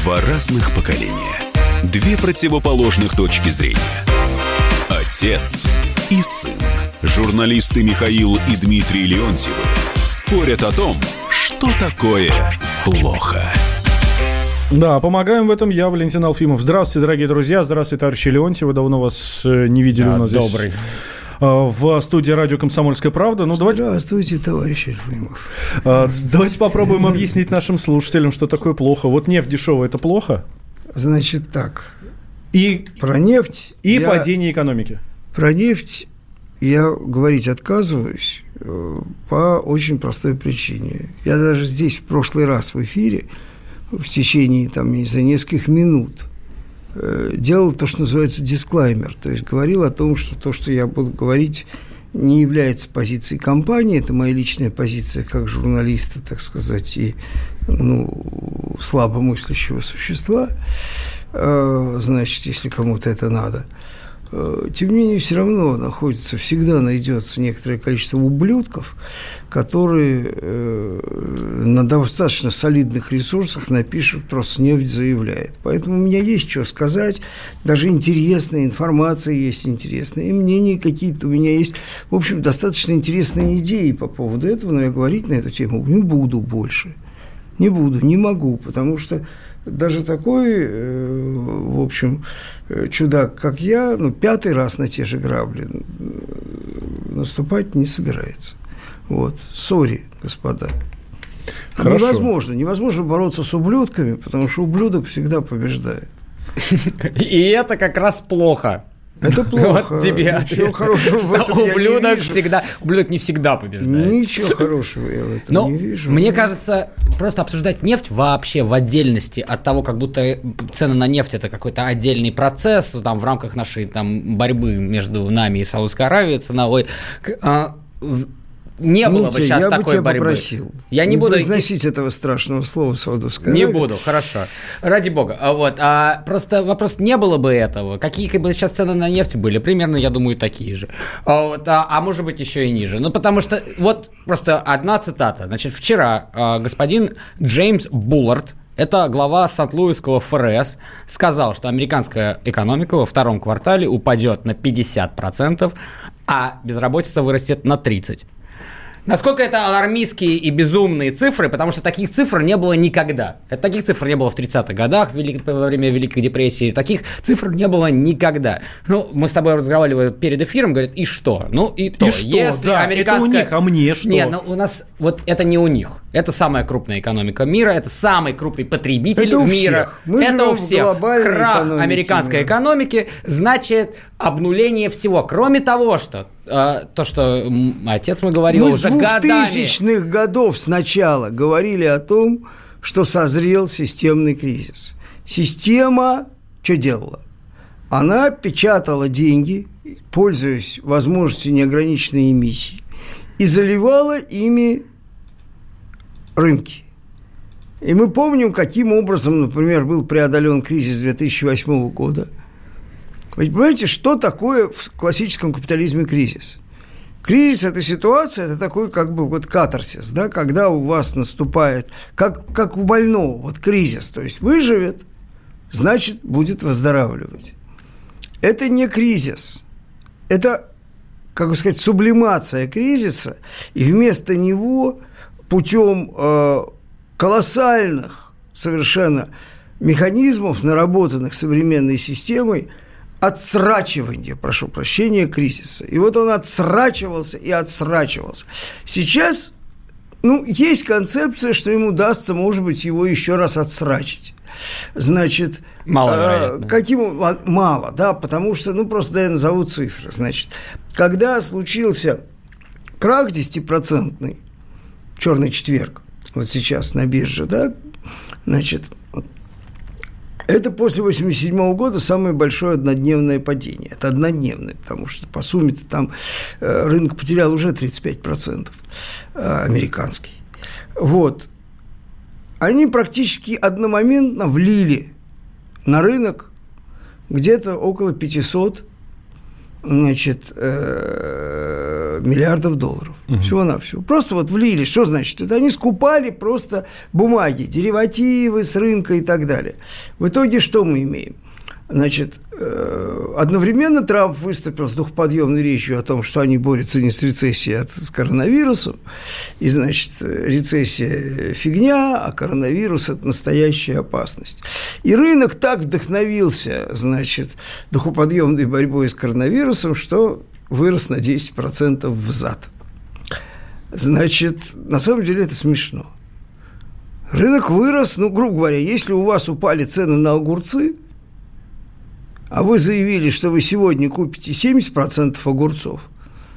Два разных поколения. Две противоположных точки зрения. Отец и сын. Журналисты Михаил и Дмитрий Леонтьевы спорят о том, что такое плохо. Да, помогаем в этом я, Валентин Алфимов. Здравствуйте, дорогие друзья. Здравствуйте, товарищи Леонтьевы. Давно вас не видели у нас добрый. Здесь. В студии радио «Комсомольская правда». Здравствуйте, товарищ Алфимов. Давайте попробуем объяснить нашим слушателям, что такое плохо. Вот нефть дешевая – это плохо? Значит так. И про нефть и падение экономики. Про нефть я говорить отказываюсь по очень простой причине. Я даже здесь в прошлый раз в эфире в течение за нескольких минут делал то, что называется дисклаймер, то есть говорил о том, что то, что я буду говорить, не является позицией компании, это моя личная позиция как журналиста, так сказать, и слабомыслящего существа, значит, если кому-то это надо. Тем не менее, все равно всегда найдется некоторое количество ублюдков, которые на достаточно солидных ресурсах напишут «Роснефть заявляет». Поэтому у меня есть что сказать, даже интересная информация есть интересная, и мнения какие-то у меня есть. В общем, достаточно интересные идеи по поводу этого, но я говорить на эту тему не буду больше. Не буду, не могу, потому что даже такой, в общем, чудак, как я, пятый раз на те же грабли наступать не собирается. Вот. Сори, господа. Хорошо. Невозможно бороться с ублюдками, потому что ублюдок всегда побеждает. И это как раз плохо. Это плохо. Вот тебе ничего хорошего в этом ублюдок ублюдок не всегда побеждает. Ничего хорошего я в этом не вижу. Мне кажется, просто обсуждать нефть вообще в отдельности от того, как будто цены на нефть – это какой-то отдельный процесс, в рамках нашей борьбы между нами и Саудовской Аравией ценовой, не было бы сейчас такой борьбы. Попросил. Я не буду произносить этого страшного слова Саудовская Аравия. Не буду, хорошо. Ради бога. Просто вопрос, не было бы этого. Какие бы сейчас цены на нефть были? Примерно, я думаю, такие же. А может быть, еще и ниже. Потому что, просто одна цитата. Значит, вчера господин Джеймс Буллард, это глава Сент-Луисского ФРС, сказал, что американская экономика во втором квартале упадет на 50%, а безработица вырастет на 30%. Насколько это алармистские и безумные цифры, потому что таких цифр не было никогда. Таких цифр не было в 30-х годах, во время Великой депрессии. Таких цифр не было никогда. Мы с тобой разговаривали перед эфиром, говорят, и что? И то. Что? Если да, американская... это у них, а мне что? Нет, у нас это не у них. Это самая крупная экономика мира, это самый крупный потребитель мира. Это у всех. Крах американской экономики значит обнуление всего. Кроме того, что отец мой говорил уже годами. Мы с 2000-х годов сначала говорили о том, что созрел системный кризис. Система что делала? Она печатала деньги, пользуясь возможностью неограниченной эмиссии, и заливала ими рынки. И мы помним, каким образом, например, был преодолен кризис 2008 года. Вы понимаете, что такое в классическом капитализме кризис? Кризис – это ситуация, это такой катарсис, да, когда у вас наступает, как у больного, кризис, то есть выживет, значит, будет выздоравливать. Это не кризис, это, сублимация кризиса, и вместо него путем колоссальных совершенно механизмов, наработанных современной системой, отсрачивание, прошу прощения, кризиса. И он отсрачивался и отсрачивался. Сейчас, есть концепция, что им удастся, может быть, его еще раз отсрачить. Значит, маловероятно. Мало, да, потому что, просто я назову цифры. Значит, когда случился крах 10%, черный четверг, сейчас на бирже, да, значит, это после 1987 года самое большое однодневное падение. Это однодневное, потому что по сумме-то там рынок потерял уже 35% американский. Они практически одномоментно влили на рынок где-то около 500 миллиардов долларов. Всего-навсего. Просто вот влили. Что значит? Это они скупали просто бумаги, деривативы с рынка и так далее. В итоге что мы имеем? Значит, одновременно Трамп выступил с духоподъемной речью о том, что они борются не с рецессией, а с коронавирусом. И, значит, рецессия – фигня, а коронавирус – это настоящая опасность. И рынок так вдохновился, значит, духоподъемной борьбой с коронавирусом, что вырос на 10% взад. Значит, на самом деле это смешно. Рынок вырос, грубо говоря, если у вас упали цены на огурцы, а вы заявили, что вы сегодня купите 70% огурцов,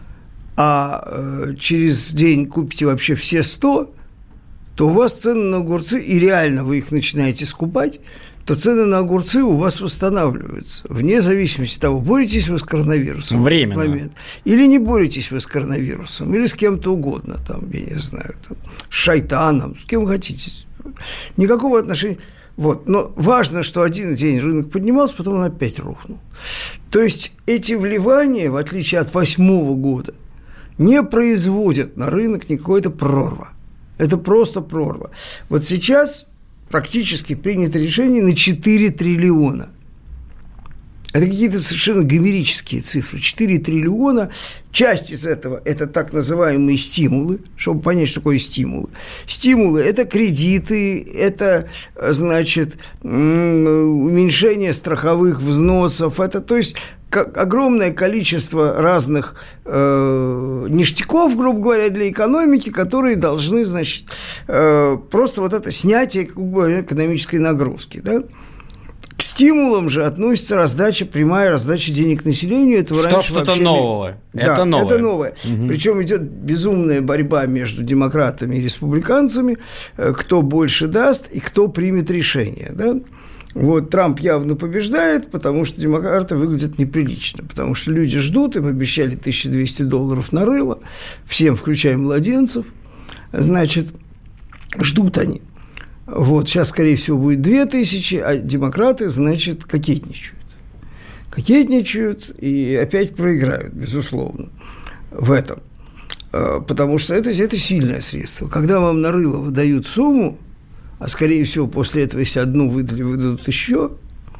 а через день купите вообще все 100%, то у вас цены на огурцы, и реально вы их начинаете скупать, то цены на огурцы у вас восстанавливаются, вне зависимости от того, боретесь вы с коронавирусом временно в этот момент, или не боретесь вы с коронавирусом, или с кем-то угодно, там, я не знаю, там, с шайтаном, с кем хотите. Никакого отношения. Вот. Но важно, что один день рынок поднимался, потом он опять рухнул. То есть эти вливания, в отличие от 2008 года, не производят на рынок никакой-то прорва. Это просто прорва. Вот сейчас практически принято решение на 4 триллиона. Это какие-то совершенно гомерические цифры. 4 триллиона. Часть из этого – это так называемые стимулы. Чтобы понять, что такое стимулы. Стимулы – это кредиты, это, значит, уменьшение страховых взносов. Это, то есть, огромное количество разных ништяков, грубо говоря, для экономики, которые должны, значит, просто вот это снятие, грубо говоря, экономической нагрузки, да? К стимулам же относится прямая раздача денег населению. Этого раньше что-то вообще нового. Да, это новое. Это новое. Причем идет безумная борьба между демократами и республиканцами, кто больше даст и кто примет решение. Да? Вот Трамп явно побеждает, потому что демократы выглядят неприлично, потому что люди ждут, им обещали $1200 на рыло, всем, включая младенцев, значит, ждут они. Вот, сейчас, скорее всего, будет 2000, а демократы, значит, кокетничают. Кокетничают и опять проиграют, безусловно, в этом. Потому что это сильное средство. Когда вам на рыло выдают сумму, а, скорее всего, после этого, если одну выдали, выдадут еще,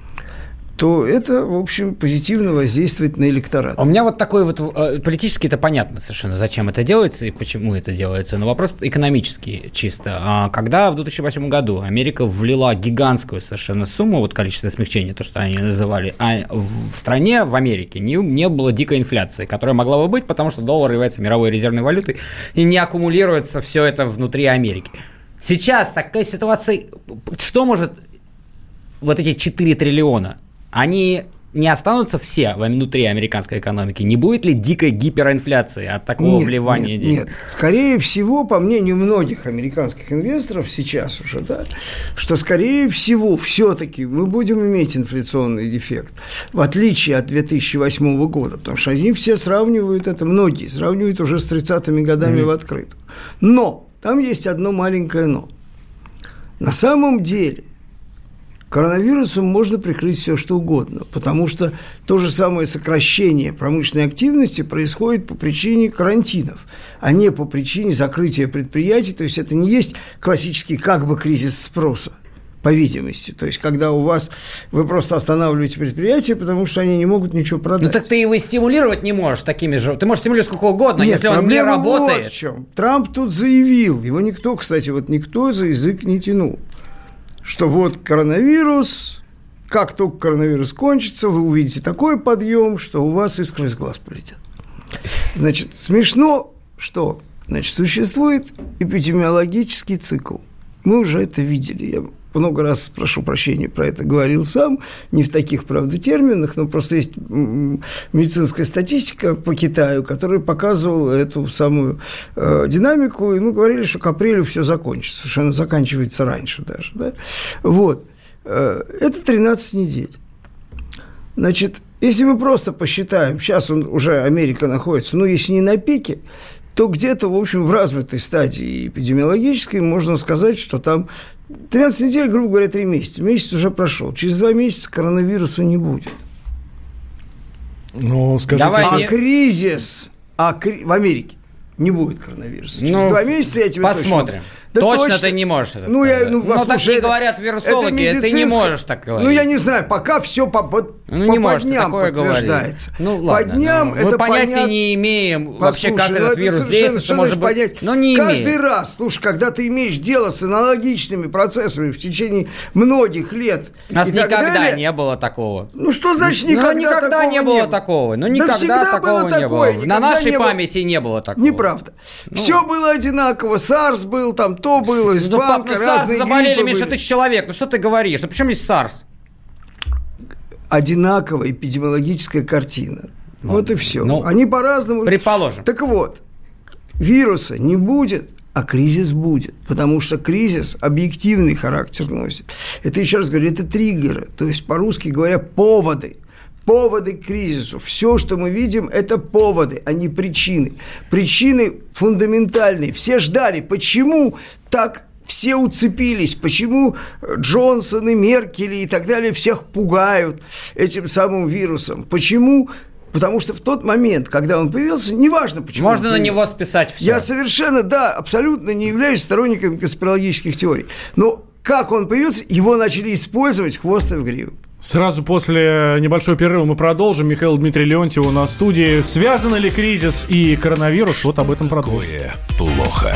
то это, в общем, позитивно воздействует на электорат. У меня вот такой вот, политически это понятно совершенно, зачем это делается и почему это делается, но вопрос экономический чисто. Когда в 2008 году Америка влила гигантскую совершенно сумму, вот количество смягчения, то, что они называли, а в стране, в Америке, не было дикой инфляции, которая могла бы быть, потому что доллар является мировой резервной валютой, и не аккумулируется все это внутри Америки. Сейчас такая ситуация, что может вот эти 4 триллиона, они не останутся все внутри американской экономики? Не будет ли дикой гиперинфляции от такого вливания денег? Нет, скорее всего, по мнению многих американских инвесторов сейчас уже, да, что, скорее всего, все-таки мы будем иметь инфляционный дефект, в отличие от 2008 года, потому что они все сравнивают это, многие сравнивают уже с 30-ми годами в открытую. Но там есть одно маленькое но. На самом деле коронавирусом можно прикрыть все, что угодно, потому что то же самое сокращение промышленной активности происходит по причине карантинов, а не по причине закрытия предприятий. То есть это не есть классический как бы кризис спроса, по видимости. То есть когда вы просто останавливаете предприятия, потому что они не могут ничего продать. Ну так ты его стимулировать не можешь такими же. Ты можешь стимулировать сколько угодно, Нет, если он не работает. Вот в чем. Трамп тут заявил, его никто за язык не тянул, что вот коронавирус, как только коронавирус кончится, вы увидите такой подъем, что у вас искры из глаз полетят. Значит, смешно, что, значит, существует эпидемиологический цикл. Мы уже это видели. Я много раз, прошу прощения, про это говорил сам, не в таких, правда, терминах, но просто есть медицинская статистика по Китаю, которая показывала эту самую динамику, и мы говорили, что к апрелю все закончится, совершенно заканчивается раньше даже. Да? Вот. Это 13 недель. Значит, если мы просто посчитаем, сейчас уже Америка находится, если не на пике, то где-то, в общем, в развитой стадии эпидемиологической можно сказать, что там 13 недель, грубо говоря, 3 месяца. Месяц уже прошел. Через 2 месяца коронавируса не будет. Ну, скажите... кризис в Америке, не будет коронавируса. Через 2 месяца я тебе посмотрим. Точно ты не можешь это сказать. Так говорят вирусологи, ты не можешь так говорить. Ну, я не знаю, пока все по дням подтверждается. По дням это мы понятия не имеем вообще, как этот вирус действует. Что может быть, но не имеем. Каждый раз, слушай, когда ты имеешь дело с аналогичными процессами в течение многих лет. У нас никогда не было такого. Ну, что значит никогда? Ну, никогда не было такого. Ну, никогда такого не было. На нашей памяти не было такого. Неправда. Все было одинаково. САРС был там, то было, испанка, разные гриппы заболели меньше 1000 человек. Ну, что ты говоришь? Ну, почему здесь САРС? Одинаковая эпидемиологическая картина. Вот и все. Они по-разному. Предположим. Так вот, вируса не будет, а кризис будет. Потому что кризис объективный характер носит. Это, еще раз говорю, это триггеры. То есть, по-русски говоря, поводы. Поводы к кризису. Все, что мы видим, это поводы, а не причины. Причины фундаментальные. Все ждали. Почему так все уцепились? Почему Джонсон и Меркель и так далее всех пугают этим самым вирусом? Почему? Потому что в тот момент, когда он появился, неважно, почему. Можно на него списать все. Я совершенно, абсолютно не являюсь сторонником конспирологических теорий. Но как он появился, его начали использовать в хвост и в гриву. Сразу после небольшого перерыва мы продолжим. Михаил Дмитрий Леонтьев у нас в студии. Связаны ли кризис и коронавирус? Вот об этом продолжим. Плохо.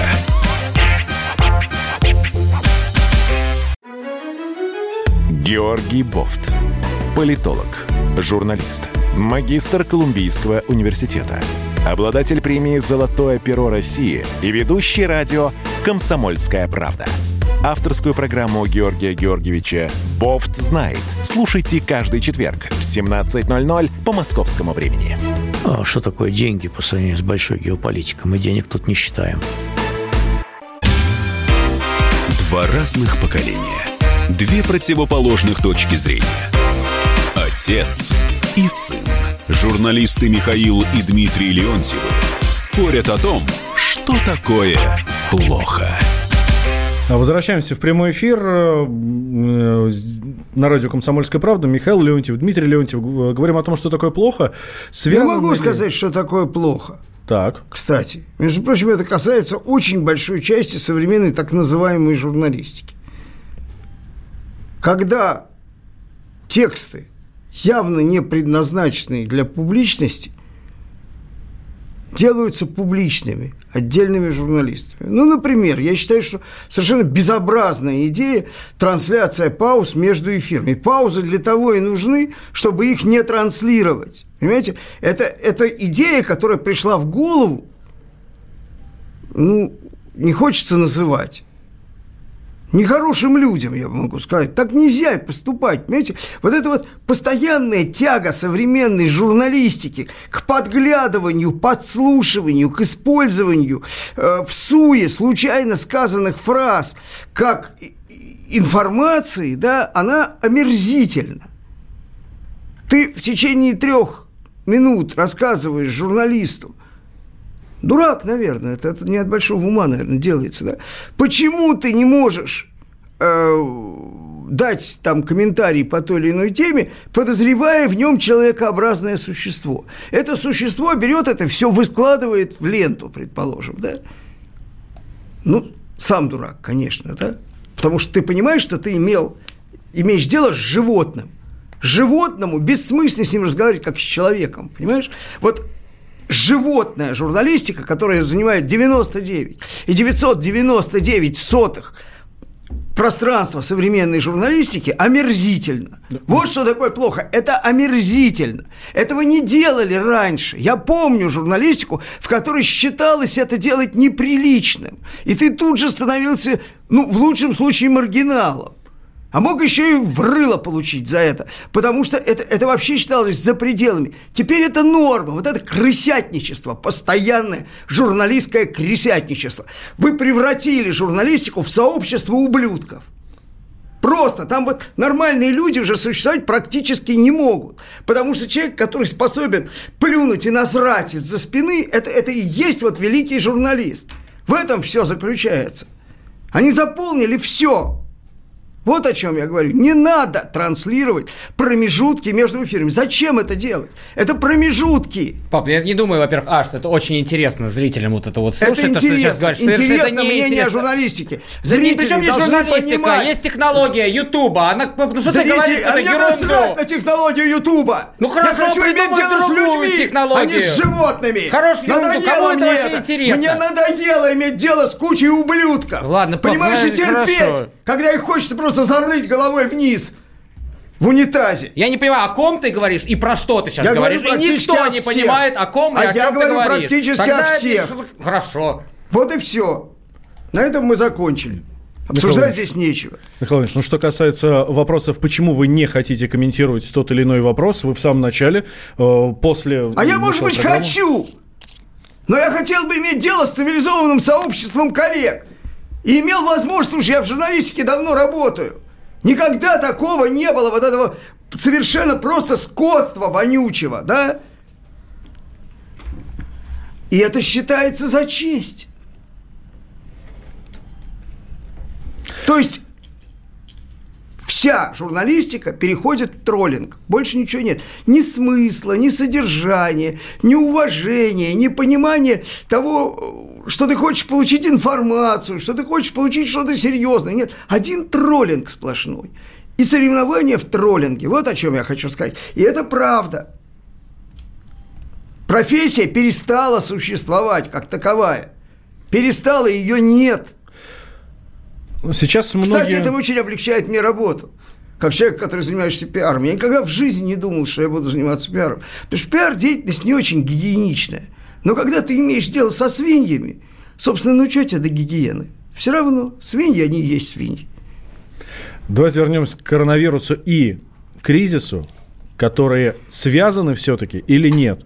Георгий Бофт. Политолог, журналист, магистр Колумбийского университета, обладатель премии «Золотое перо России» и ведущий радио «Комсомольская правда». Авторскую программу Георгия Георгиевича «Бофт знает». Слушайте каждый четверг в 17:00 по московскому времени. А что такое деньги по сравнению с большой геополитикой? Мы денег тут не считаем. Два разных поколения. Две противоположных точки зрения. Отец и сын. Журналисты Михаил и Дмитрий Леонтьевы спорят о том, что такое плохо. Возвращаемся в прямой эфир на радио «Комсомольская правда». Михаил Леонтьев, Дмитрий Леонтьев. Говорим о том, что такое плохо. Я могу сказать, что такое плохо. Так. Кстати, между прочим, это касается очень большой части современной так называемой журналистики. Когда тексты, явно не предназначенные для публичности, делаются публичными отдельными журналистами. Ну, например, я считаю, что совершенно безобразная идея трансляция пауз между эфирами. Паузы для того и нужны, чтобы их не транслировать. Понимаете? Это идея, которая пришла в голову, не хочется называть. Нехорошим людям, я могу сказать. Так нельзя поступать, понимаете? Вот эта вот постоянная тяга современной журналистики к подглядыванию, подслушиванию, к использованию всуе случайно сказанных фраз как информации, она омерзительна. Ты в течение 3 минут рассказываешь журналисту, дурак, наверное, это не от большого ума, наверное, делается, да? Почему ты не можешь дать там комментарий по той или иной теме, подозревая в нем человекообразное существо? Это существо берет это все, выскладывает в ленту, предположим, да? Сам дурак, конечно, да? Потому что ты понимаешь, что ты имеешь дело с животным. Животному бессмысленно с ним разговаривать, как с человеком, понимаешь? Вот животная журналистика, которая занимает 99,999 пространства современной журналистики, омерзительно. Вот что такое плохо. Это омерзительно. Этого не делали раньше. Я помню журналистику, в которой считалось это делать неприличным. И ты тут же становился, в лучшем случае, маргиналом. А мог еще и в рыло получить за это, потому что это вообще считалось за пределами. Теперь это норма, вот это крысятничество, постоянное журналистское крысятничество. Вы превратили журналистику в сообщество ублюдков. Просто там вот нормальные люди уже существовать практически не могут, потому что человек, который способен плюнуть и насрать из-за спины, это и есть вот великий журналист. В этом все заключается. Они заполнили все. Вот о чем я говорю. Не надо транслировать промежутки между эфирами. Зачем это делать? Это промежутки. Пап, я не думаю, во-первых, что это очень интересно зрителям вот это вот слушать. Это интересно. То, что ты сейчас говоришь, интересно это не мнение интересно. о журналистике. Зрители причем не журналистика, понимать. есть технология Ютуба. Что ты Зрители, говоришь, это мне насрать ерунду. на технологию Ютуба. Ну хорошо, я хочу иметь придумай дело с другую людьми, технологию. а не с животными. Хорошую ерунду, кому это вообще интересно? Мне надоело иметь дело с кучей ублюдков. Ладно, пап, понимаешь, и терпеть, хорошо. когда их хочется просто зарыть головой вниз в унитазе. Я не понимаю, о ком ты говоришь и про что ты сейчас Я говоришь. говорю И никто не понимает, о ком и о чем ты говоришь. я говорю практически Тогда о всех. Хорошо. Вот и все. На этом мы закончили. Обсуждать здесь нечего. Михаил Ильич, ну что касается вопросов, почему вы не хотите комментировать тот или иной вопрос, вы в самом начале, после... А я, может быть, программы... хочу, но я хотел бы иметь дело с цивилизованным сообществом коллег. И имел возможность, слушай, я в журналистике давно работаю. Никогда такого не было, вот этого совершенно просто скотства вонючего, да? И это считается за честь. То есть вся журналистика переходит в троллинг. Больше ничего нет. Ни смысла, ни содержания, ни уважения, ни понимания того, что ты хочешь получить информацию, что ты хочешь получить что-то серьезное. Нет, один троллинг сплошной. И соревнования в троллинге. Вот о чем я хочу сказать. И это правда. Профессия перестала существовать как таковая. Перестала, ее нет. Сейчас многие... Кстати, это очень облегчает мне работу. Как человек, который занимается пиаром. Я никогда в жизни не думал, что я буду заниматься пиаром. Потому что пиар-деятельность не очень гигиеничная. Но когда ты имеешь дело со свиньями, собственно, ну что тебе до гигиены? Все равно свиньи, они и есть свиньи. Давайте вернемся к коронавирусу и кризису, которые связаны все-таки или нет?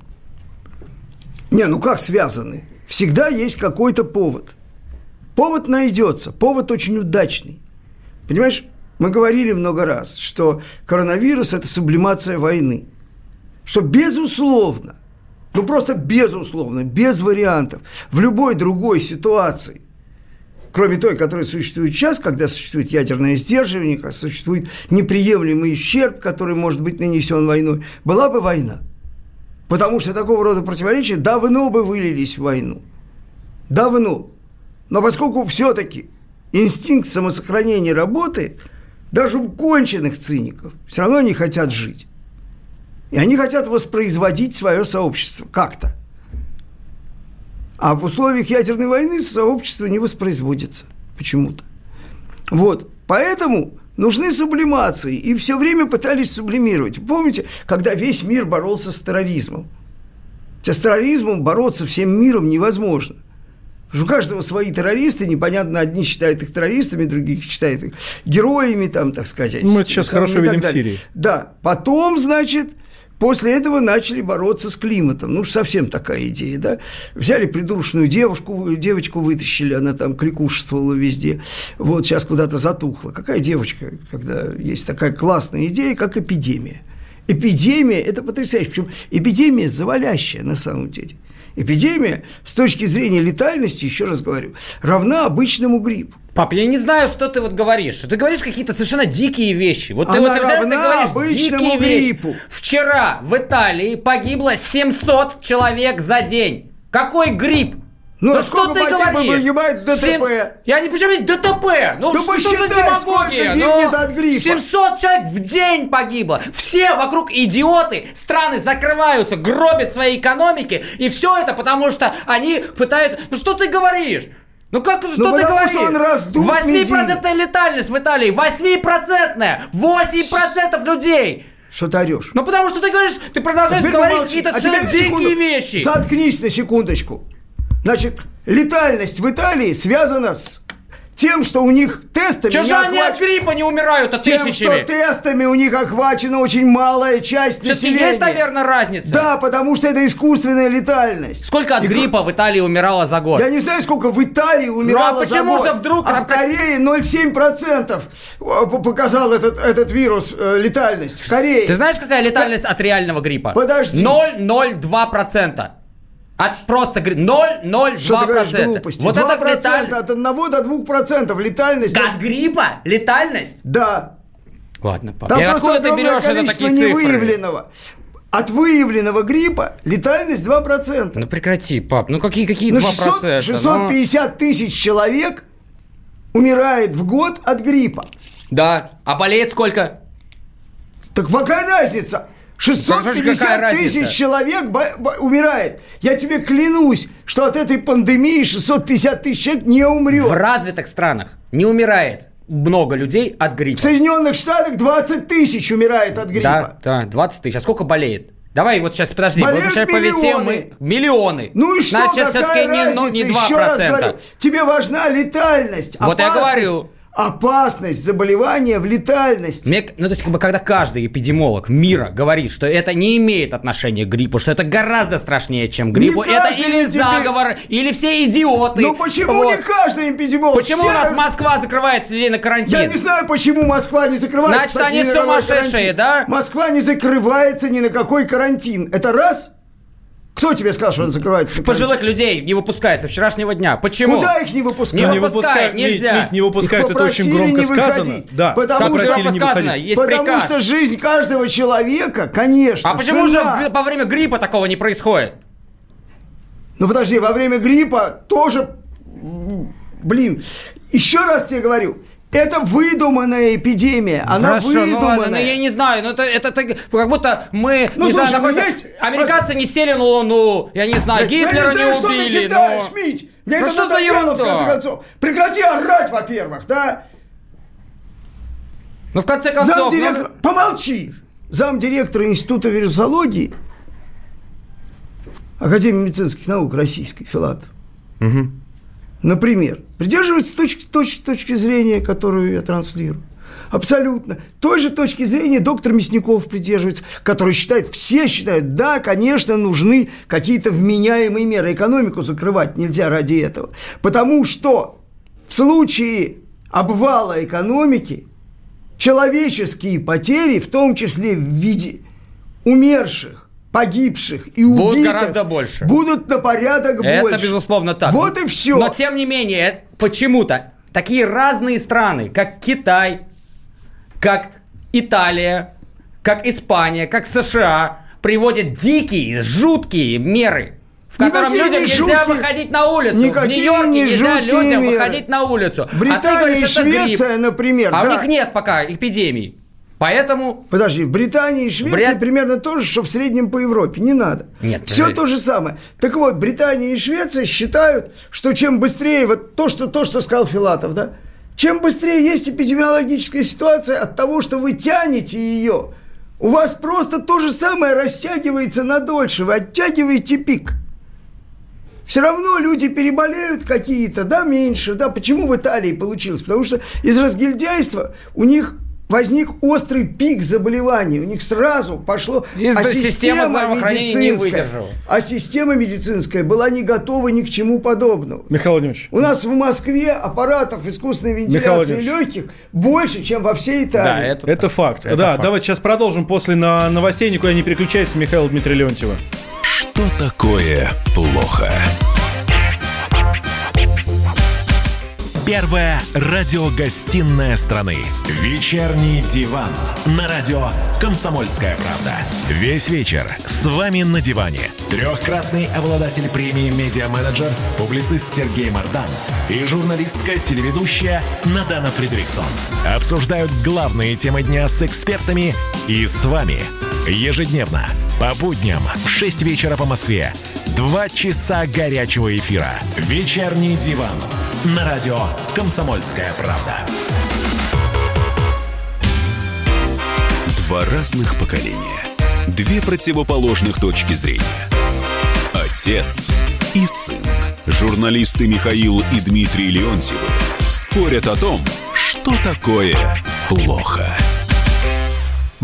Не, ну как связаны? Всегда есть какой-то повод. Повод найдется, повод очень удачный. Понимаешь, мы говорили много раз, что коронавирус – это сублимация войны. Что безусловно, ну просто безусловно, без вариантов, в любой другой ситуации, кроме той, которая существует сейчас, когда существует ядерное сдерживание, когда существует неприемлемый ущерб, который может быть нанесен войной, была бы война. Потому что такого рода противоречия давно бы вылились в войну. Давно. Но поскольку все-таки инстинкт самосохранения работает, даже у конченых циников все равно они хотят жить. И они хотят воспроизводить свое сообщество как-то. А в условиях ядерной войны сообщество не воспроизводится почему-то. Вот. Поэтому нужны сублимации. И все время пытались сублимировать. Помните, когда весь мир боролся с терроризмом? С терроризмом бороться всем миром невозможно. У каждого свои террористы, непонятно, одни считают их террористами, другие считают их героями, там, так сказать. Мы это сейчас хорошо видим в Сирии. Да, потом, значит, после этого начали бороться с климатом. Ну, уж совсем такая идея, да. Взяли придурочную девочку вытащили, она там кликушествовала везде. Вот, сейчас куда-то затухла. Какая девочка, когда есть такая классная идея, как эпидемия. Эпидемия – это потрясающе. Причем эпидемия завалящая на самом деле. Эпидемия, с точки зрения летальности, еще раз говорю, равна обычному гриппу. Пап, я не знаю, что ты вот говоришь. Ты говоришь какие-то совершенно дикие вещи. Вот ты Она вот равна говоришь обычному дикие гриппу. вещи. Вчера в Италии погибло 700 человек за день. Какой грипп? Ну, что ты говоришь? Погибает ДТП. Я не причем здесь ДТП. Ну, да что посчитай, за демагогия? сколько гибнет от гриппа. 700 человек в день погибло. Все вокруг идиоты. Страны закрываются, гробят свои экономики. И все это потому, что они пытаются... Ну, что ты говоришь? Ну, как, что ты говоришь? Что он раздут 8% летальность в Италии. 8%. 8% людей. Что ты орешь? Ну, потому что ты говоришь... Ты продолжаешь говорить какие-то дикие вещи. Заткнись на секундочку. Значит, летальность в Италии связана с тем, что у них тестами... Чего же они от гриппа не умирают, а тысячами? Тем, что тестами у них охвачена очень малая часть населения. Есть, наверное, разница? Да, потому что это искусственная летальность. Сколько от гриппа в Италии умирало за год? Я не знаю, сколько в Италии умирало за год. Почему же вдруг... А в Корее 0,7% показал этот вирус летальность. В Корее. Ты знаешь, какая летальность от реального гриппа? Подожди. 0,02%. Просто 0,02%. Что ты говоришь глупости? Вот 2% это летальность. от 1 до 2% летальность. От гриппа? Летальность? Да. Ладно, пап. Там Откуда ты берешь это такие цифры? невыявленного. От выявленного гриппа летальность 2%. Ну прекрати, пап. Ну какие 2%? 650 тысяч человек умирает в год от гриппа. Да. А болеет сколько? Так какая разница? 650 тысяч человек умирает. Я тебе клянусь, что от этой пандемии 650 тысяч человек не умрет. В развитых странах не умирает много людей от гриппа. В Соединенных Штатах 20 тысяч умирает от гриппа. Да, 20 тысяч. А сколько болеет? Давай вот сейчас, подожди. Болеют сейчас повесим мы. Миллионы. Ну и что, значит, какая разница? не 2%. Еще раз говорю, тебе важна летальность. Вот я говорю. Опасность заболевания в летальности. То есть, когда каждый эпидемиолог мира говорит, что это не имеет отношения к гриппу, что это гораздо страшнее, чем к гриппу, это или заговор, или все идиоты. Ну почему не каждый эпидемиолог? Почему у нас Москва закрывает людей на карантин? Я не знаю, почему Москва не закрывается. Значит, они сумасшедшие, да? Москва не закрывается ни на какой карантин. Это раз. Кто тебе сказал, что он закрывается? Пожилых людей не выпускается вчерашнего дня. Почему? Куда их не выпускают? Не выпускают, нельзя. Не выпускают, это очень громко сказано. Да, потому что не сказано, есть потому приказ. что жизнь каждого человека, конечно. А почему же во время гриппа такого не происходит? Ну подожди, во время гриппа тоже, еще раз тебе говорю, это выдуманная эпидемия, она выдуманная. Ну ладно, я не знаю, это как будто мы, американцы не сели на Луну, я не знаю, Гитлера не убили. Что ты читаешь, Мить? Мне это что за ерунда? В конце концов. Прекрати орать, во-первых, да? Ну, в конце концов... Помолчи! Замдиректора Института вирусологии Академии медицинских наук Российской, Филатов. Угу. Например, придерживается точки зрения, которую я транслирую. Абсолютно. Той же точки зрения доктор Мясников придерживается, который считает, все считают, да, конечно, нужны какие-то вменяемые меры. Экономику закрывать нельзя ради этого. Потому что в случае обвала экономики человеческие потери, в том числе в виде умерших, погибших и убитых, будут гораздо больше. Будут на порядок больше. Это безусловно так. Вот и все. Но тем не менее, почему-то такие разные страны, как Китай, как Италия, как Испания, как США, приводят дикие, жуткие меры, в котором людям нельзя выходить на улицу. В Нью-Йорке нельзя людям выходить на улицу. Британия и Швеция, например. А у них нет пока эпидемий. Поэтому... Подожди, в Британии и Швеции примерно то же, что в среднем по Европе. Не надо. Нет, все то же самое. Так вот, Британия и Швеция считают, что чем быстрее, вот то, что сказал Филатов, да, чем быстрее есть эпидемиологическая ситуация от того, что вы тянете ее, у вас просто то же самое растягивается на дольше. Вы оттягиваете пик. Все равно люди переболеют какие-то, да, меньше, да. Почему в Италии получилось? Потому что из разгильдяйства у них возник острый пик заболеваний. У них сразу пошло... Система здравоохранения не выдержала. А система медицинская была не готова ни к чему подобному. Михаил Владимирович. У нас в Москве аппаратов искусственной вентиляции легких больше, чем во всей Италии. Да, это факт. Факт. Давайте сейчас продолжим после новостей. Никуда не переключайся, Михаил Дмитрий Леонтьева. Что такое плохо? Первая радиогостинная страны. Вечерний диван. На радио «Комсомольская правда». Весь вечер с вами на диване. Трехкратный обладатель премии «Медиа-менеджер», публицист Сергей Мардан и журналистка-телеведущая Надана Фридриксон обсуждают главные темы дня с экспертами и с вами. Ежедневно, по будням в 6 вечера по Москве. 2 часа горячего эфира. Вечерний диван. На радио «Комсомольская правда». Два разных поколения. Две противоположных точки зрения. Отец и сын. Журналисты Михаил и Дмитрий Леонтьевы спорят о том, что такое плохо.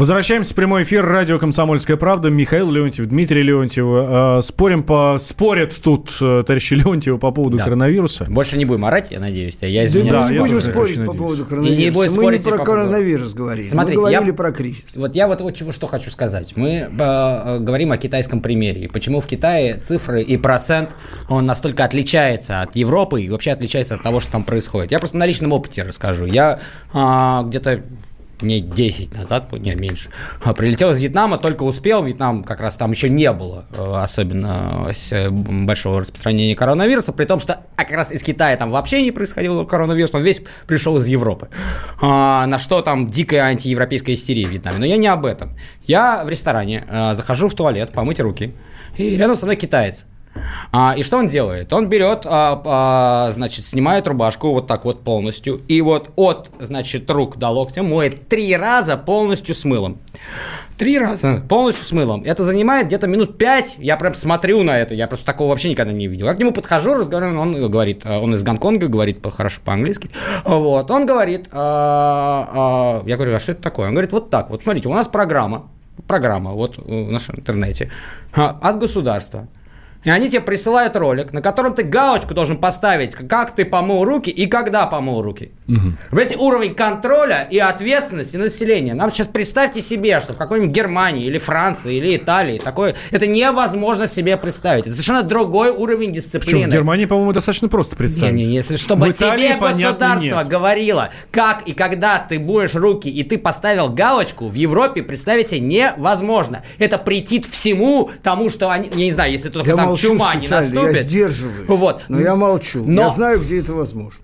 Возвращаемся в прямой эфир. Радио «Комсомольская правда». Михаил Леонтьев, Дмитрий Леонтьев. Спорят тут товарищи Леонтьева по поводу коронавируса. Больше не будем орать, я надеюсь. Я извиняюсь. Да, не будем спорить по поводу коронавируса. Мы не про коронавирус говорим. Смотрите, мы говорили про кризис. Я что хочу сказать. Мы говорим о китайском примере. Почему в Китае цифры и процент, он настолько отличается от Европы и вообще отличается от того, что там происходит. Я просто на личном опыте расскажу. Я где-то дней 10 назад, нет, меньше, прилетел из Вьетнама, только успел, Вьетнам как раз там еще не было особенно большого распространения коронавируса, при том, что как раз из Китая там вообще не происходил коронавирус, он весь пришел из Европы, на что там дикая антиевропейская истерия в Вьетнаме. Но я не об этом. Я в ресторане захожу в туалет помыть руки, и рядом со мной китаец. И что он делает? Он берет, значит, снимает рубашку вот так вот полностью, и вот от, значит, рук до локтя моет 3 раза полностью с мылом. 3 раза полностью с мылом. Это занимает где-то минут 5, я прям смотрю на это, я просто такого вообще никогда не видел. Я к нему подхожу, разговариваю, он говорит, он из Гонконга, говорит хорошо по-английски, вот, он говорит, я говорю, а что это такое? Он говорит, вот так, вот смотрите, у нас программа вот в нашем интернете от государства. И они тебе присылают ролик, на котором ты галочку должен поставить, как ты помыл руки и когда помыл руки. Понимаете, уровень контроля и ответственности населения. Нам сейчас представьте себе, что в какой-нибудь Германии или Франции или Италии такое, это невозможно себе представить. Это совершенно другой уровень дисциплины. Причем в Германии, по-моему, достаточно просто представить. Если чтобы тебе государство говорило, как и когда ты моешь руки, и ты поставил галочку, в Европе представить себе невозможно. Это претит всему тому, что они, я не знаю, если только там чума не наступит. Я сдерживаюсь, вот. Но я молчу. Я знаю, где это возможно.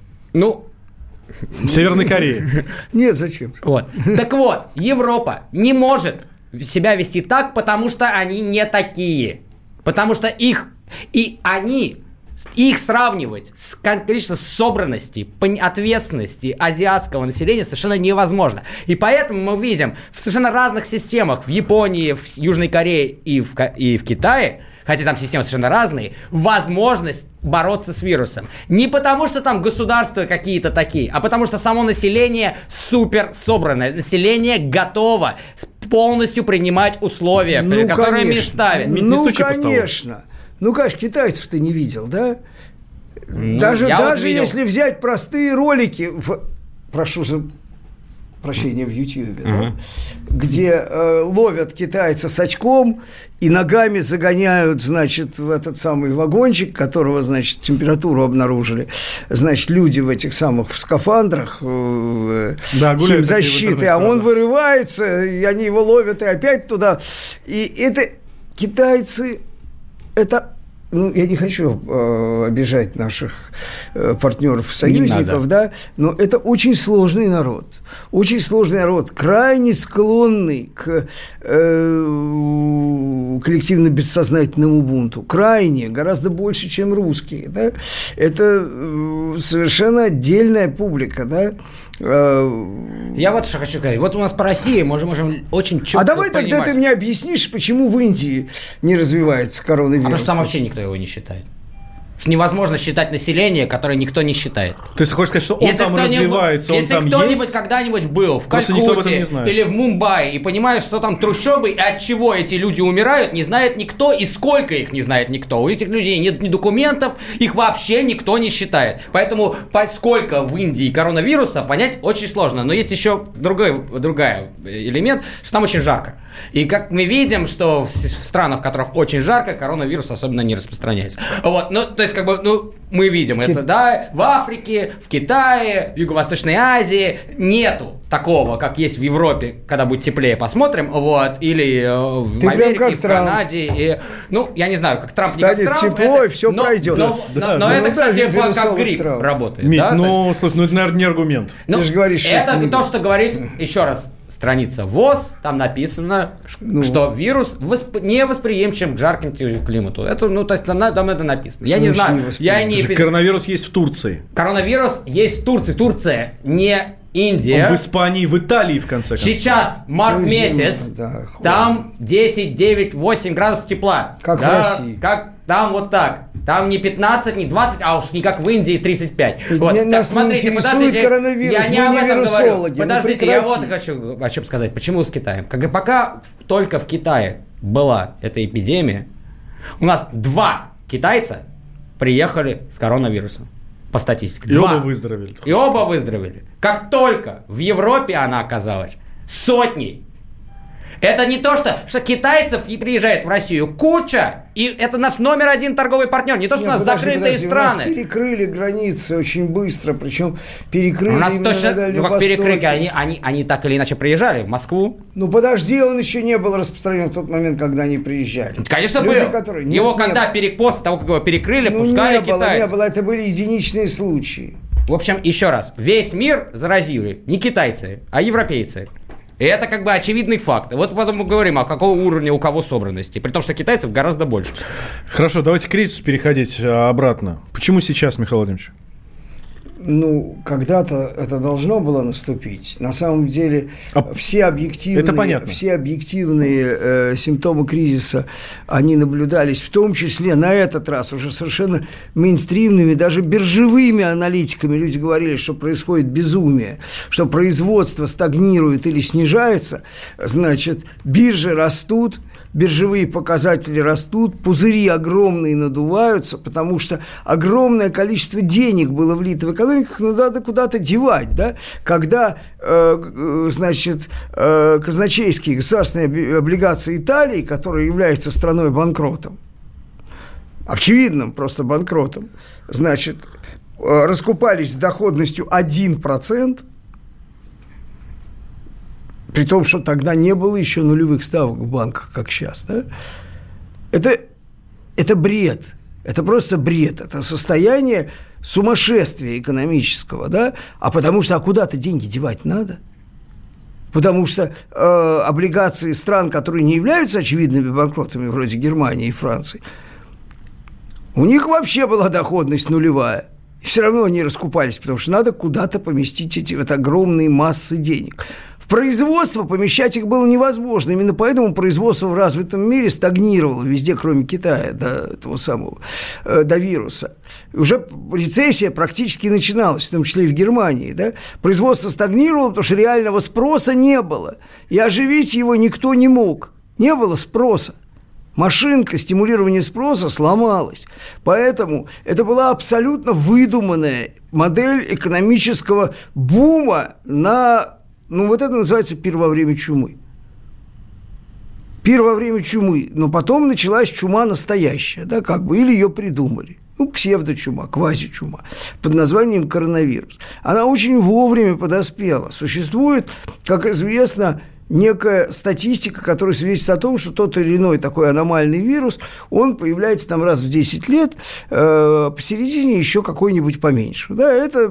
В Северной Корее. Нет, зачем? Вот. Так вот, Европа не может себя вести так, потому что они не такие. Потому что их сравнивать с количеством собранности, ответственности азиатского населения совершенно невозможно. И поэтому мы видим в совершенно разных системах, в Японии, в Южной Корее и в Китае, хотя там системы совершенно разные, возможность бороться с вирусом. Не потому, что там государства какие-то такие, а потому, что само население супер собранное. Население готово полностью принимать условия, которые им ставят. Конечно. Конечно, китайцев ты не видел, да? Даже если взять простые ролики, прошу прощения, в Ютьюбе, да, где ловят китайца с очком и ногами загоняют, значит, в этот самый вагончик, которого, значит, температуру обнаружили, значит, люди в этих самых в скафандрах, химзащиты, а он вырывается, и они его ловят и опять туда. И это китайцы, это... я не хочу обижать наших партнеров-союзников, да, но это очень сложный народ. Очень сложный народ, крайне склонный к коллективно-бессознательному бунту. Крайне, гораздо больше, чем русские. Да? Это совершенно отдельная публика, да. Я вот что хочу сказать. Вот у нас по России мы можем очень четко А давай понимать. Тогда ты мне объяснишь, почему в Индии не развивается коронавирус. Потому что там вообще никто его не считает. Что невозможно считать население, которое никто не считает. То есть ты хочешь сказать, что он там развивается, он там есть? Если кто-нибудь когда-нибудь был в Калькутте или в Мумбаи и понимает, что там трущобы, и от чего эти люди умирают, не знает никто, и сколько их не знает никто. У этих людей нет ни документов, их вообще никто не считает. Поэтому сколько в Индии коронавируса, понять очень сложно. Но есть еще другой элемент, что там очень жарко. И как мы видим, что в странах, в которых очень жарко, коронавирус особенно не распространяется. Вот, то есть, мы видим это, да, в Африке, в Китае, в Юго-Восточной Азии нету такого, как есть в Европе, когда будет теплее, посмотрим, вот, или в Америке, в Канаде, и, я не знаю, как Трамп, станет не как Трамп, тепло, и все пройдет. Но это, кстати, как грипп работает. Мить, да? слушай, это, наверное, не аргумент. Ты же говоришь, это то, что говорит, еще раз, страница ВОЗ, там написано, что вирус невосприимчив к жаркому климату. Это, то есть, там это написано. Я не знаю. Коронавирус есть в Турции. Коронавирус есть в Турции. Турция не Индия. В Испании, в Италии, в конце концов. Сейчас март месяц, да, там 10, 9, 8 градусов тепла. Как в России. Как там вот так. Там не 15, не 20, а уж не как в Индии 35. Вот. Нас Так, смотрите, не интересует коронавирус, я не мы об не этом вирусологи. говорю. Подождите, я вот хочу о чем сказать. Почему с Китаем? Пока только в Китае была эта эпидемия, у нас 2 китайца приехали с коронавирусом. По статистике. И оба выздоровели. И оба выздоровели. Как только в Европе она оказалась сотней. Это не то, что китайцев и приезжает в Россию куча, и это наш номер 1 торговый партнер. Не то, что у нас закрытые страны. У нас перекрыли границы очень быстро, причем перекрыли. У нас точно, как перекрыли, они так или иначе приезжали в Москву. Ну подожди, он еще не был распространен в тот момент, когда они приезжали. Конечно, люди, был. Которые... Его после того, как его перекрыли, пускали китайцев. Не было, это были единичные случаи. В общем, еще раз, весь мир заразили не китайцы, а европейцы. И это как бы очевидный факт. Вот потом мы говорим, о какого уровня у кого собранности. При том, что китайцев гораздо больше. Хорошо, давайте к кризису переходить обратно. Почему сейчас, Михаил Владимирович? Ну, когда-то это должно было наступить. На самом деле, все объективные симптомы кризиса, они наблюдались, в том числе на этот раз уже совершенно мейнстримными, даже биржевыми аналитиками. Люди говорили, что происходит безумие, что производство стагнирует или снижается, значит, биржи растут, биржевые показатели растут, пузыри огромные надуваются, потому что огромное количество денег было влито в экономику, но надо куда-то девать, да? Когда, казначейские государственные облигации Италии, которая является страной-банкротом, очевидным просто банкротом, значит, раскупались с доходностью 1%, при том, что тогда не было еще нулевых ставок в банках, как сейчас, да? Это бред. Это просто бред. Это состояние сумасшествия экономического, да? А потому что куда-то деньги девать надо. Потому что облигации стран, которые не являются очевидными банкротами, вроде Германии и Франции, у них вообще была доходность нулевая. И все равно они раскупались, потому что надо куда-то поместить эти вот огромные массы денег. В производство помещать их было невозможно. Именно поэтому производство в развитом мире стагнировало везде, кроме Китая, до вируса. Уже рецессия практически начиналась, в том числе и в Германии. Да? Производство стагнировало, потому что реального спроса не было. И оживить его никто не мог. Не было спроса. Машинка стимулирования спроса сломалась. Поэтому это была абсолютно выдуманная модель экономического бума на... вот это называется «пир во время чумы». Пир во время чумы. Но потом началась чума настоящая, да, или ее придумали. Псевдочума, квазичума, под названием коронавирус. Она очень вовремя подоспела. Существует, как известно, некая статистика, которая свидетельствует о том, что тот или иной такой аномальный вирус, он появляется там раз в 10 лет, посередине еще какой-нибудь поменьше. Да, это,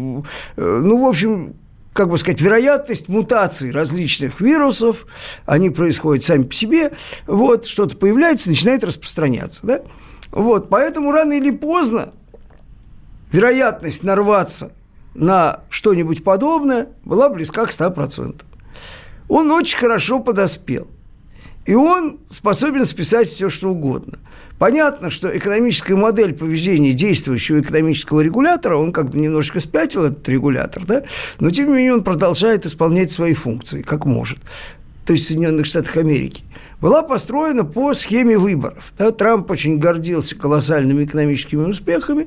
в общем... вероятность мутаций различных вирусов, они происходят сами по себе, что-то появляется, начинает распространяться, да? Поэтому рано или поздно вероятность нарваться на что-нибудь подобное была близка к 100%. Он очень хорошо подоспел, и он способен списать все, что угодно. Понятно, что экономическая модель поведения действующего экономического регулятора, он немножко спятил, этот регулятор, да? Но тем не менее он продолжает исполнять свои функции, как может. То есть в Соединенных Штатах Америки. Была построена по схеме выборов. Да? Трамп очень гордился колоссальными экономическими успехами,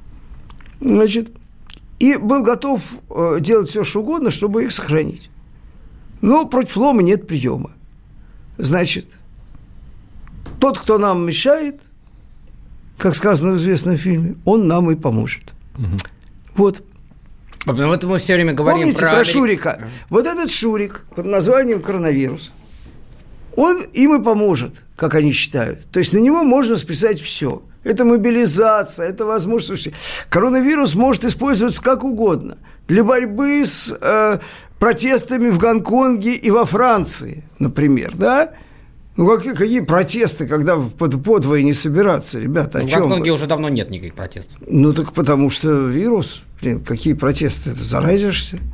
и был готов делать все, что угодно, чтобы их сохранить. Но против лома нет приема. Тот, кто нам мешает, как сказано в известном фильме, он нам и поможет. Мы все время говорим. Помните про Шурика? Этот Шурик под названием коронавирус, он им и поможет, как они считают. То есть на него можно списать все. Это мобилизация, это возможность. Коронавирус может использоваться как угодно. Для борьбы с протестами в Гонконге и во Франции, например, да? Какие протесты, когда подвое не собираться, ребята, о чем? В Гонконге уже давно нет никаких протестов. Так потому что вирус. Какие протесты? Ты заразишься?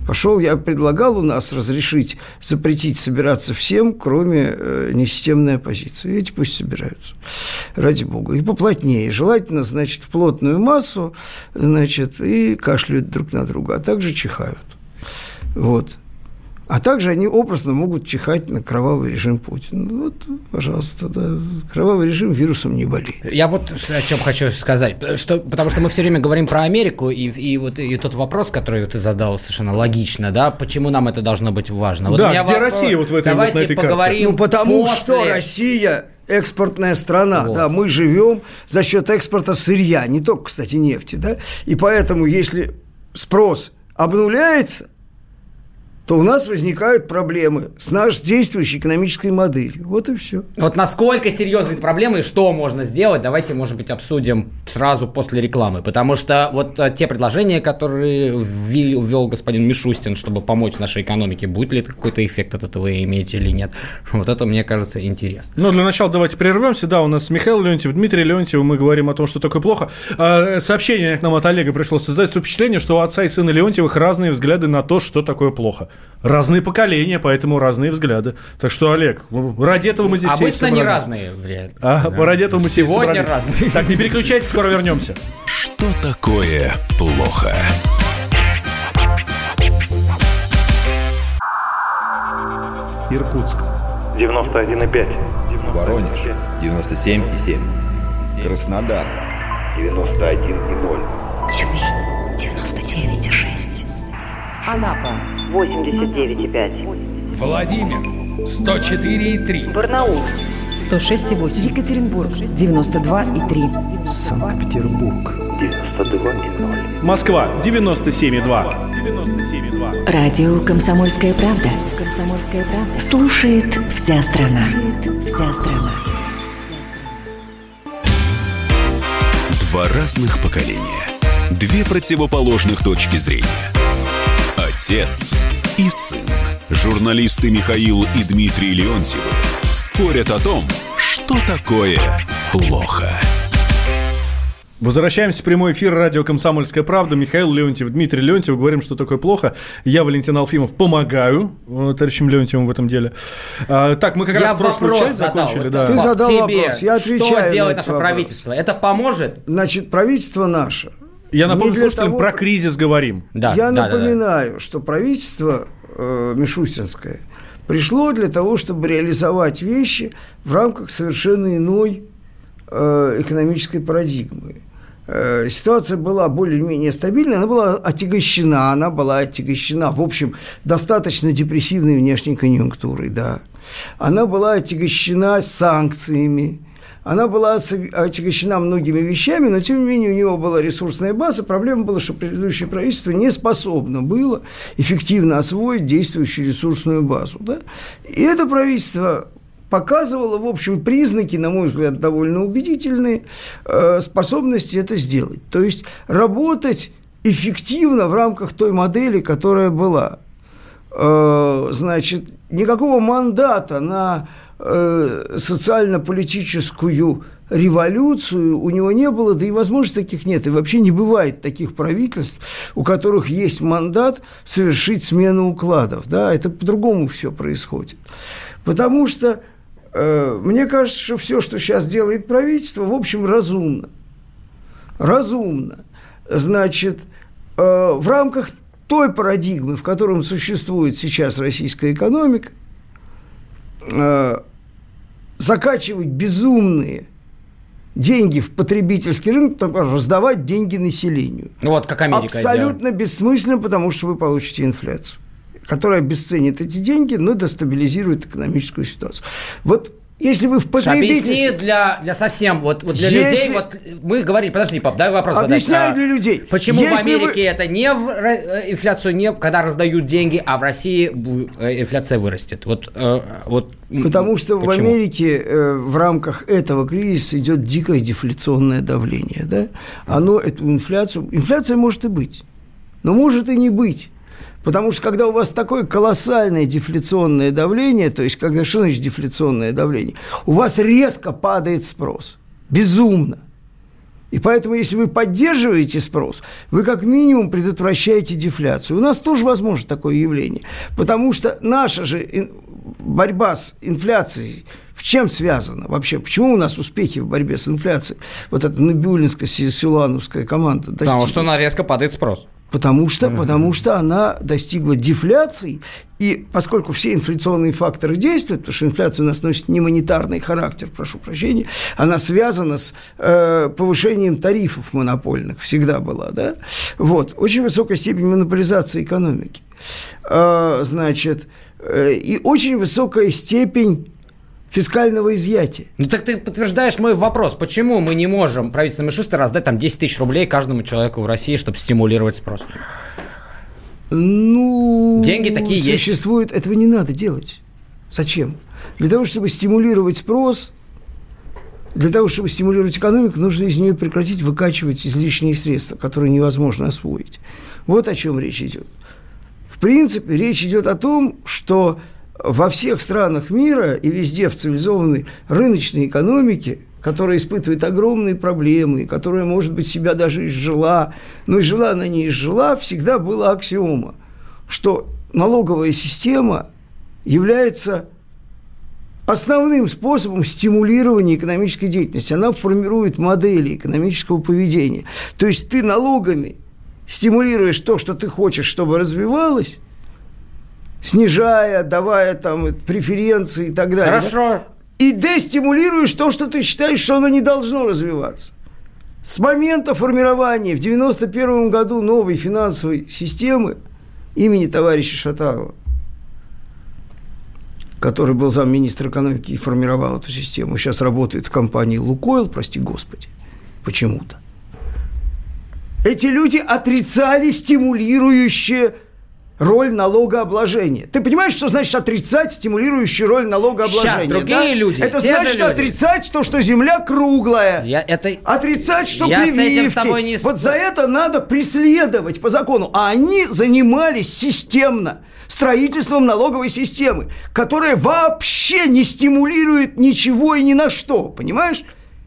Я предлагал у нас разрешить запретить собираться всем, кроме несистемной оппозиции. Эти пусть собираются, ради бога. И поплотнее. Желательно, значит, в плотную массу, значит, и кашляют друг на друга, а также чихают. Вот. А также они образно могут чихать на кровавый режим Путина. Вот, пожалуйста, да. Кровавый режим вирусом не болеет. Я вот о чем хочу сказать. Потому что мы все время говорим про Америку, и тот вопрос, который ты задал совершенно логично, да, почему нам это должно быть важно. Вот да, где вопрос... Россия вот в этой Давайте вот на этой поговорим карте. Ну, потому после... что Россия экспортная страна, вот. Да, мы живем за счет экспорта сырья, не только, кстати, нефти, да, и поэтому, если спрос обнуляется, то у нас возникают проблемы с нашей действующей экономической моделью. Вот и все. Вот насколько серьезны эти проблемы и что можно сделать, давайте, может быть, обсудим сразу после рекламы. Потому что вот те предложения, которые ввел господин Мишустин, чтобы помочь нашей экономике, будет ли какой-то эффект от этого иметь или нет, вот это, мне кажется, интересно. Ну, для начала давайте прервемся. Да, у нас Михаил Леонтьев, Дмитрий Леонтьев, мы говорим о том, что такое плохо. Сообщение к нам от Олега пришло. Создается впечатление, что у отца и сына Леонтьевых разные взгляды на то, что такое плохо. Разные поколения, поэтому разные взгляды. Так что, Олег, ради этого мы здесь обычно все собрались. Не разные. Ради этого мы здесь сегодня собрались. Разные. Так, не переключайтесь, скоро вернемся. Что такое плохо? Иркутск 91,5. Воронеж 97,7. Краснодар 91,0. Тюмень 99,6. Анапа 89,5. Владимир 104,3. Барнаул 106,8. Екатеринбург 92,3. Санкт-Петербург 92,0. Москва 97,2. Радио «Комсомольская правда». «Комсомольская правда». Слушает вся страна. Вся страна. Два разных поколения. Две противоположных точки зрения. Отец и сын. Журналисты Михаил и Дмитрий Леонтьевы спорят о том, что такое плохо. Возвращаемся в прямой эфир радио «Комсомольская правда». Михаил Леонтьев, Дмитрий Леонтьев. Говорим, что такое плохо. Я, Валентин Алфимов, помогаю товарищам Леонтьевым в этом деле. Так, мы как раз прошлую часть закончили. Вот, да. Ты задал вопрос, я отвечаю. Что делает наше правительство? Это поможет? Значит, правительство наше. Я напомню слушателям, про кризис говорим. Я напоминаю, что правительство мишустинское пришло для того, чтобы реализовать вещи в рамках совершенно иной экономической парадигмы. Ситуация была более-менее стабильная, она была отягощена, в общем, достаточно депрессивной внешней конъюнктурой, да. Она была отягощена санкциями, она была отягощена многими вещами, но, тем не менее, у него была ресурсная база. Проблема была, что предыдущее правительство не способно было эффективно освоить действующую ресурсную базу. Да? И это правительство показывало, в общем, признаки, на мой взгляд, довольно убедительные способности это сделать. То есть работать эффективно в рамках той модели, которая была. Значит, никакого мандата на социально-политическую революцию у него не было, да и возможностей таких нет. И вообще не бывает таких правительств, у которых есть мандат совершить смену укладов. Да? Это по-другому все происходит. Потому что мне кажется, что все, что сейчас делает правительство, в общем, разумно. Разумно. Значит, в рамках той парадигмы, в которой существует сейчас российская экономика, закачивать безумные деньги в потребительский рынок, раздавать деньги населению. Ну вот, как Америка абсолютно бессмысленно, потому что вы получите инфляцию, которая обесценит эти деньги, но дестабилизирует экономическую ситуацию. Вот если вы в потребительстве... Объясни для совсем, вот для людей, вот мы говорили, подожди, пап, дай вопрос задать. Объясняю для людей. Почему в Америке это не в инфляцию, не когда раздают деньги, а в России инфляция вырастет? Потому что в Америке в рамках этого кризиса идет дикое дефляционное давление. Да? Оно эту инфляцию... Инфляция может и быть, но может и не быть. Потому что когда у вас такое колоссальное дефляционное давление, то есть, когда что значит дефляционное давление, у вас резко падает спрос. Безумно. И поэтому, если вы поддерживаете спрос, вы как минимум предотвращаете дефляцию. У нас тоже возможно такое явление, потому что наша же борьба с инфляцией в чем связана вообще? Почему у нас успехи в борьбе с инфляцией? Вот эта набиулинско-силановская команда достигла. Потому что она резко падает спрос. Потому что она достигла дефляции, и поскольку все инфляционные факторы действуют, потому что инфляция у нас носит не монетарный характер, прошу прощения, она связана с повышением тарифов монопольных, всегда была, да? Вот, очень высокая степень монополизации экономики, значит, и очень высокая степень фискального изъятия. Ну так ты подтверждаешь мой вопрос. Почему мы не можем, правительство Мишустина, раздать там 10 тысяч рублей каждому человеку в России, чтобы стимулировать спрос? Ну, деньги такие есть. Существует, этого не надо делать. Зачем? Для того, чтобы стимулировать спрос, для того, чтобы стимулировать экономику, нужно из нее прекратить выкачивать излишние средства, которые невозможно освоить. Вот о чем речь идет. В принципе, речь идет о том, что во всех странах мира и везде в цивилизованной рыночной экономике, которая испытывает огромные проблемы, которая, может быть, себя даже изжила, но изжила она не изжила, всегда была аксиома, что налоговая система является основным способом стимулирования экономической деятельности. Она формирует модели экономического поведения. То есть ты налогами стимулируешь то, что ты хочешь, чтобы развивалось, снижая, давая там преференции и так далее. Хорошо. И дестимулируешь то, что ты считаешь, что оно не должно развиваться. С момента формирования в 1991 году новой финансовой системы имени товарища Шаталова, который был замминистра экономики и формировал эту систему, сейчас работает в компании «Лукойл», прости господи, почему-то. Эти люди отрицали стимулирующие роль налогообложения. Ты понимаешь, что значит отрицать стимулирующую роль налогообложения? Сейчас другие люди. Это значит отрицать то, что земля круглая. Отрицать, что прививки. С тобой не... Вот за это надо преследовать по закону. А они занимались системно строительством налоговой системы, которая вообще не стимулирует ничего и ни на что. Понимаешь?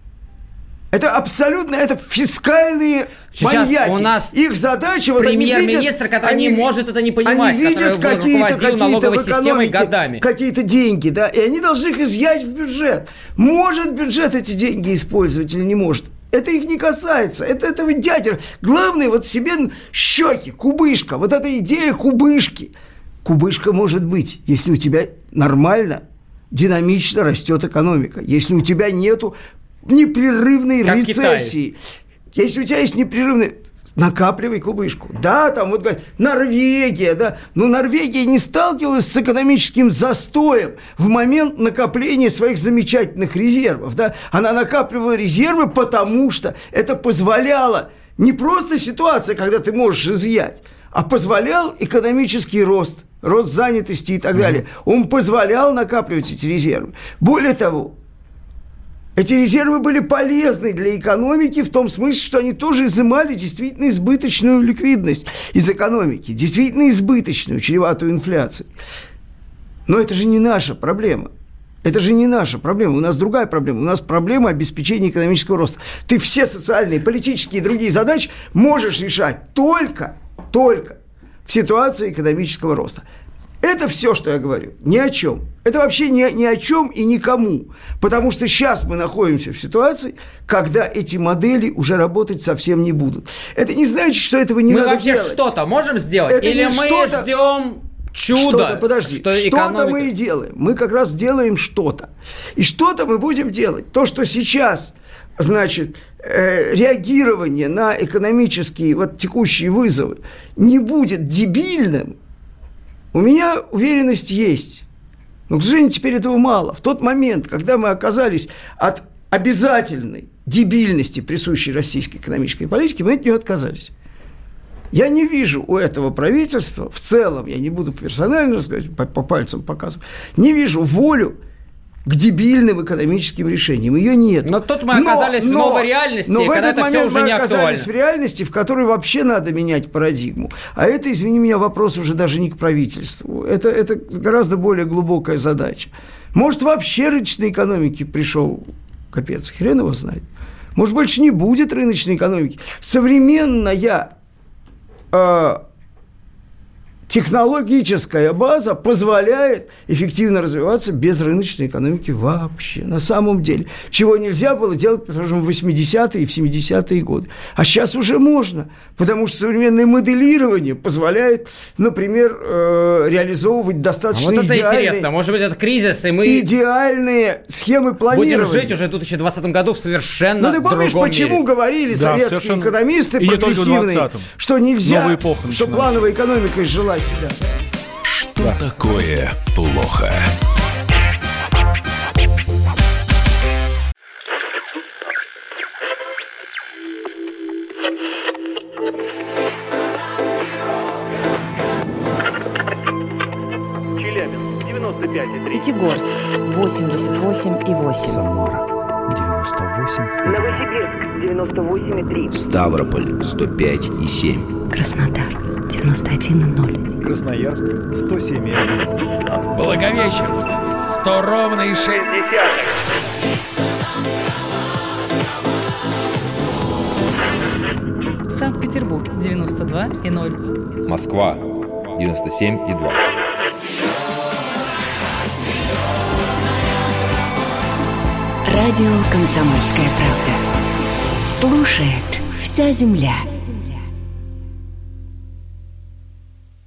Это абсолютно, это фискальные маньяки. У нас их задача... Премьер-министр, который не может это не понимать, они видят который руководил налоговой системой годами. Какие-то деньги, да, и они должны их изъять в бюджет. Может бюджет эти деньги использовать или не может? Это их не касается. Это этого дядя. Главное, вот себе щеки, кубышка. Вот эта идея кубышки. Кубышка может быть, если у тебя нормально, динамично растет экономика. Если у тебя нету непрерывной как рецессии. Китай. Если у тебя есть непрерывная... Накапливай кубышку. Да, там вот говорят, Норвегия, да. Но Норвегия не сталкивалась с экономическим застоем в момент накопления своих замечательных резервов, да. Она накапливала резервы, потому что это позволяло не просто ситуация, когда ты можешь изъять, а позволял экономический рост занятости и так далее. Он позволял накапливать эти резервы. Более того, эти резервы были полезны для экономики в том смысле, что они тоже изымали действительно избыточную ликвидность из экономики, действительно избыточную, чреватую инфляцией. Но это же не наша проблема. Это же не наша проблема. У нас другая проблема. У нас проблема обеспечения экономического роста. Ты все социальные, политические и другие задачи можешь решать только в ситуации экономического роста. Это все, что я говорю, ни о чем. Это вообще ни о чем и никому. Потому что сейчас мы находимся в ситуации, когда эти модели уже работать совсем не будут. Это не значит, что этого не надо делать. Мы вообще что-то можем сделать? Это или мы ждем чудо? Подожди, что-то мы и делаем. Мы как раз делаем что-то. И что-то мы будем делать. То, что сейчас, значит, реагирование на экономические вот текущие вызовы не будет дебильным, у меня уверенность есть. Но, к сожалению, теперь этого мало. В тот момент, когда мы оказались от обязательной дебильности, присущей российской экономической политике, мы от нее отказались. Я не вижу у этого правительства, в целом, я не буду персонально рассказывать, по пальцам показывать, не вижу волю к дебильным экономическим решениям. Ее нет. Но тут мы оказались в новой реальности, когда это все уже не актуально. Мы оказались в реальности, в которой вообще надо менять парадигму. А это, извини меня, вопрос уже даже не к правительству. Это гораздо более глубокая задача. Может, вообще рыночной экономике пришел капец, хрен его знает. Может, больше не будет рыночной экономики. Современная технологическая база позволяет эффективно развиваться без рыночной экономики вообще. На самом деле. Чего нельзя было делать, скажем, в 80-е и в 70-е годы. А сейчас уже можно. Потому что современное моделирование позволяет, например, реализовывать достаточно вот это идеальные... интересно. Может быть, это кризис, и мы... Идеальные схемы планирования. Будем жить уже в 2020 году в совершенно другом мире. Ну, ты помнишь, почему говорили советские экономисты прогрессивные, что нельзя, что плановая экономика изжила себя. Что такое плохо? Челябинск 95,3. Пятигорск 88,8. Самара 98,2. Новосибирск 98,3. Ставрополь 105,7. Краснодар 91,0. Красноярск 107,1. Благовещенск 100 ровно и 6 десятых. Санкт-Петербург 92,0. Москва 97,2. Радио «Комсомольская правда». Слушает вся земля.